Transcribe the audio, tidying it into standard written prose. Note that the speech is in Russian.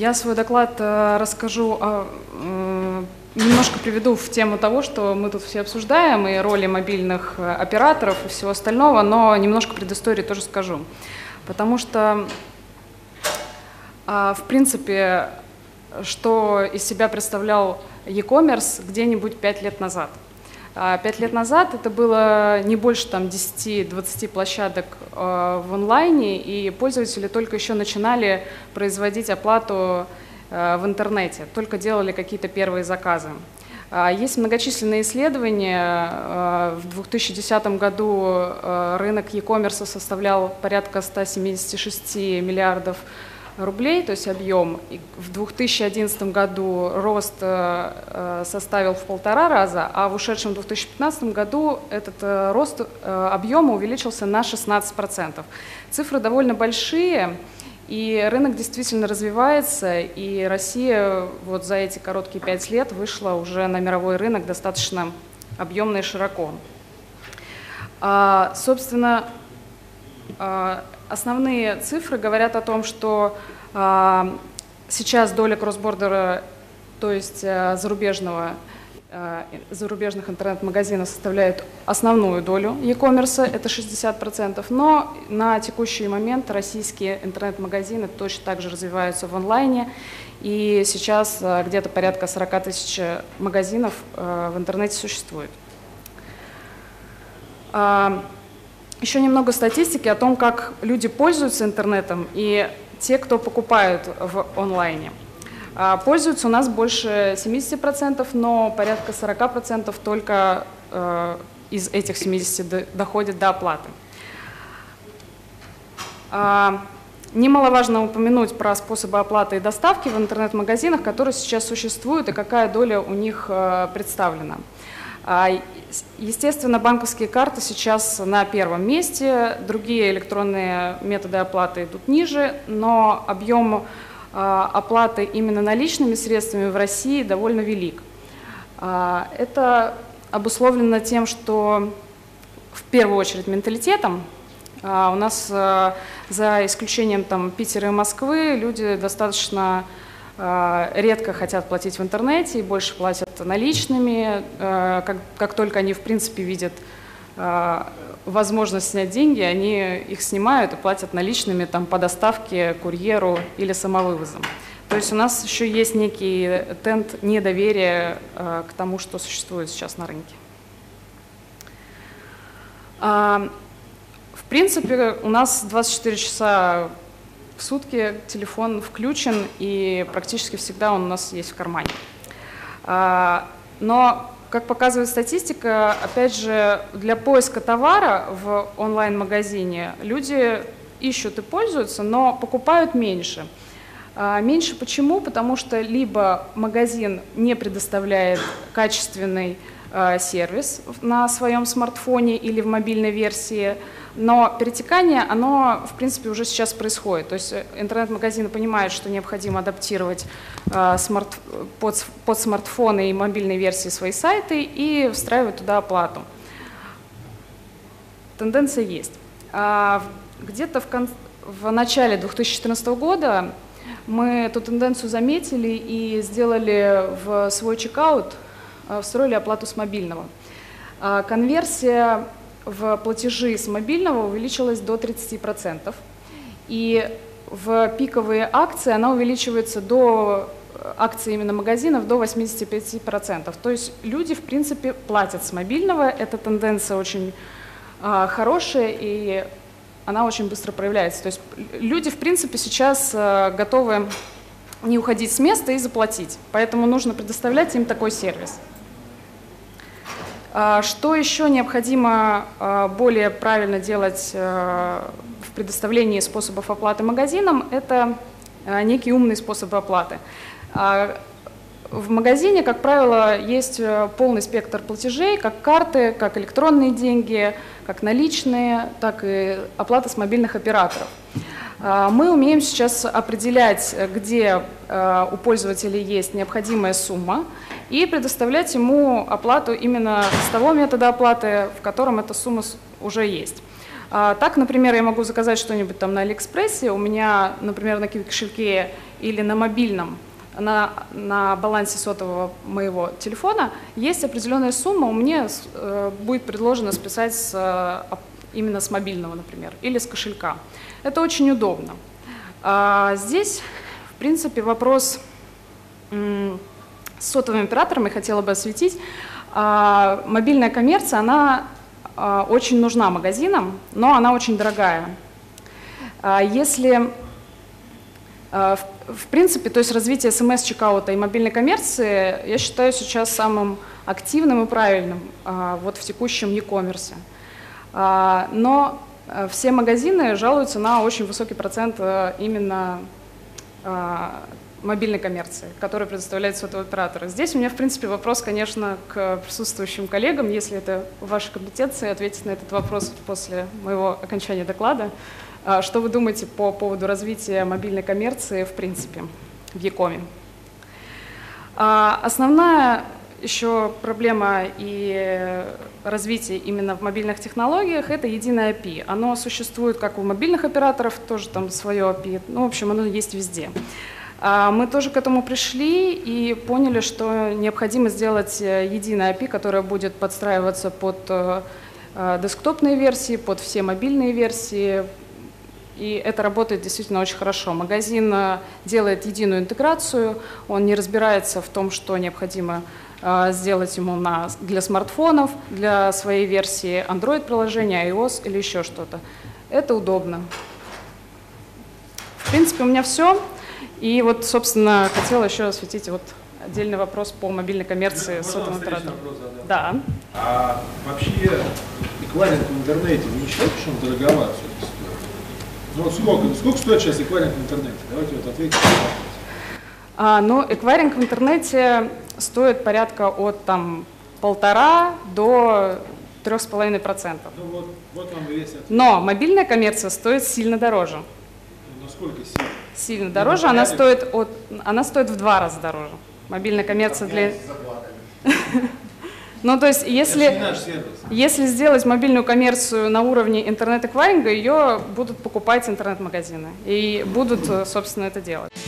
Я свой доклад расскажу, немножко приведу в тему того, что мы тут все обсуждаем, и роли мобильных операторов и всего остального, но немножко предыстории тоже скажу. Потому что, в принципе, что из себя представлял e-commerce где-нибудь 5 лет назад. 5 лет назад это было не больше 10-20 площадок в онлайне, и пользователи только еще начинали производить оплату в интернете, только делали какие-то первые заказы. Есть многочисленные исследования. В 2010 году рынок e-commerce составлял порядка 176 миллиардов рублей, то есть объем. И в 2011 году рост составил в 1,5 раза, а в ушедшем 2015 году этот рост объема увеличился на 16%. Цифры довольно большие, и рынок действительно развивается, и Россия вот за эти короткие 5 лет вышла уже на мировой рынок достаточно объемно и широко. Собственно, основные цифры говорят о том, что сейчас доля кросс-бордера, то есть зарубежных интернет-магазинов, составляет основную долю e-commerce, это 60%, но на текущий момент российские интернет-магазины точно так же развиваются в онлайне, и сейчас где-то порядка 40 тысяч магазинов в интернете существует. Еще немного статистики о том, как люди пользуются интернетом и те, кто покупают в онлайне. Пользуются у нас больше 70%, но порядка 40% только из этих 70 доходит до оплаты. Немаловажно упомянуть про способы оплаты и доставки в интернет-магазинах, которые сейчас существуют и какая доля у них представлена. Естественно, банковские карты сейчас на первом месте, другие электронные методы оплаты идут ниже, но объем оплаты именно наличными средствами в России довольно велик. Это обусловлено тем, что в первую очередь менталитетом. У нас, за исключением Питера и Москвы, люди достаточно редко хотят платить в интернете и больше платят наличными. Как только они, в принципе, видят возможность снять деньги, они их снимают и платят наличными по доставке, курьеру или самовывозом. То есть у нас еще есть некий тренд недоверия к тому, что существует сейчас на рынке. В принципе, у нас 24 часа в сутки телефон включен, и практически всегда он у нас есть в кармане. Но, как показывает статистика, опять же, для поиска товара в онлайн-магазине люди ищут и пользуются, но покупают меньше. Меньше почему? Потому что либо магазин не предоставляет качественный сервис на своем смартфоне или в мобильной версии, но перетекание, оно, в принципе, уже сейчас происходит. То есть интернет-магазины понимают, что необходимо адаптировать под смартфоны и мобильные версии свои сайты и встраивать туда оплату. Тенденция есть. Где-то в начале 2014 года мы эту тенденцию заметили и сделали в свой чекаут, встроили оплату с мобильного. Конверсия в платежи с мобильного увеличилась до 30%, и в пиковые акции она увеличивается до акций именно магазинов до 85%. То есть люди, в принципе, платят с мобильного, эта тенденция очень хорошая, и она очень быстро проявляется. То есть люди, в принципе, сейчас готовы не уходить с места и заплатить, поэтому нужно предоставлять им такой сервис. Что еще необходимо более правильно делать в предоставлении способов оплаты магазинам, это некие умные способы оплаты. В магазине, как правило, есть полный спектр платежей, как карты, как электронные деньги, как наличные, так и оплата с мобильных операторов. Мы умеем сейчас определять, где у пользователя есть необходимая сумма, и предоставлять ему оплату именно с того метода оплаты, в котором эта сумма уже есть. Так, например, я могу заказать что-нибудь на Алиэкспрессе, у меня, например, на кошельке или на мобильном, на балансе сотового моего телефона есть определенная сумма, мне будет предложено списать именно с мобильного, например, или с кошелька. Это очень удобно. Здесь, в принципе, вопрос с сотовым оператором я хотела бы осветить. Мобильная коммерция, она очень нужна магазинам, но она очень дорогая. Если, в принципе, то есть развитие СМС-чекаута и мобильной коммерции, я считаю сейчас самым активным и правильным вот в текущем e-commerce. Но все магазины жалуются на очень высокий процент именно мобильной коммерции, которую предоставляет сотовый оператор. Здесь у меня, в принципе, вопрос, конечно, к присутствующим коллегам, если это в вашей компетенции, ответить на этот вопрос после моего окончания доклада. Что вы думаете по поводу развития мобильной коммерции, в принципе, в e-коме? Основная еще проблема и развитие именно в мобильных технологиях — это единое API. Оно существует как у мобильных операторов, тоже там свое API, ну, в общем, оно есть везде. Мы тоже к этому пришли и поняли, что необходимо сделать единое API, которое будет подстраиваться под десктопные версии, под все мобильные версии. И это работает действительно очень хорошо. Магазин делает единую интеграцию, он не разбирается в том, что необходимо сделать ему для смартфонов, для своей версии Android-приложения, iOS или еще что-то. Это удобно. В принципе, у меня все. И вот, собственно, хотела еще осветить вот отдельный вопрос по мобильной коммерции сотовым оператором. Да. А вообще эквайринг в интернете, вы не считаете, что он дороговат все-таки стоит? Ну вот сколько стоит сейчас эквайринг в интернете? Давайте вот ответьте. Ну, эквайринг в интернете стоит порядка от там 1,5 до 3,5%. Ну вот вам и весь ответ. Но мобильная коммерция стоит сильно дороже. Ну, насколько сильно? Сильно дороже, она стоит в 2 раза дороже. Мобильная коммерция для... Ну, то есть, если сделать мобильную коммерцию на уровне интернет-эквайринга, ее будут покупать интернет-магазины и будут, собственно, это делать.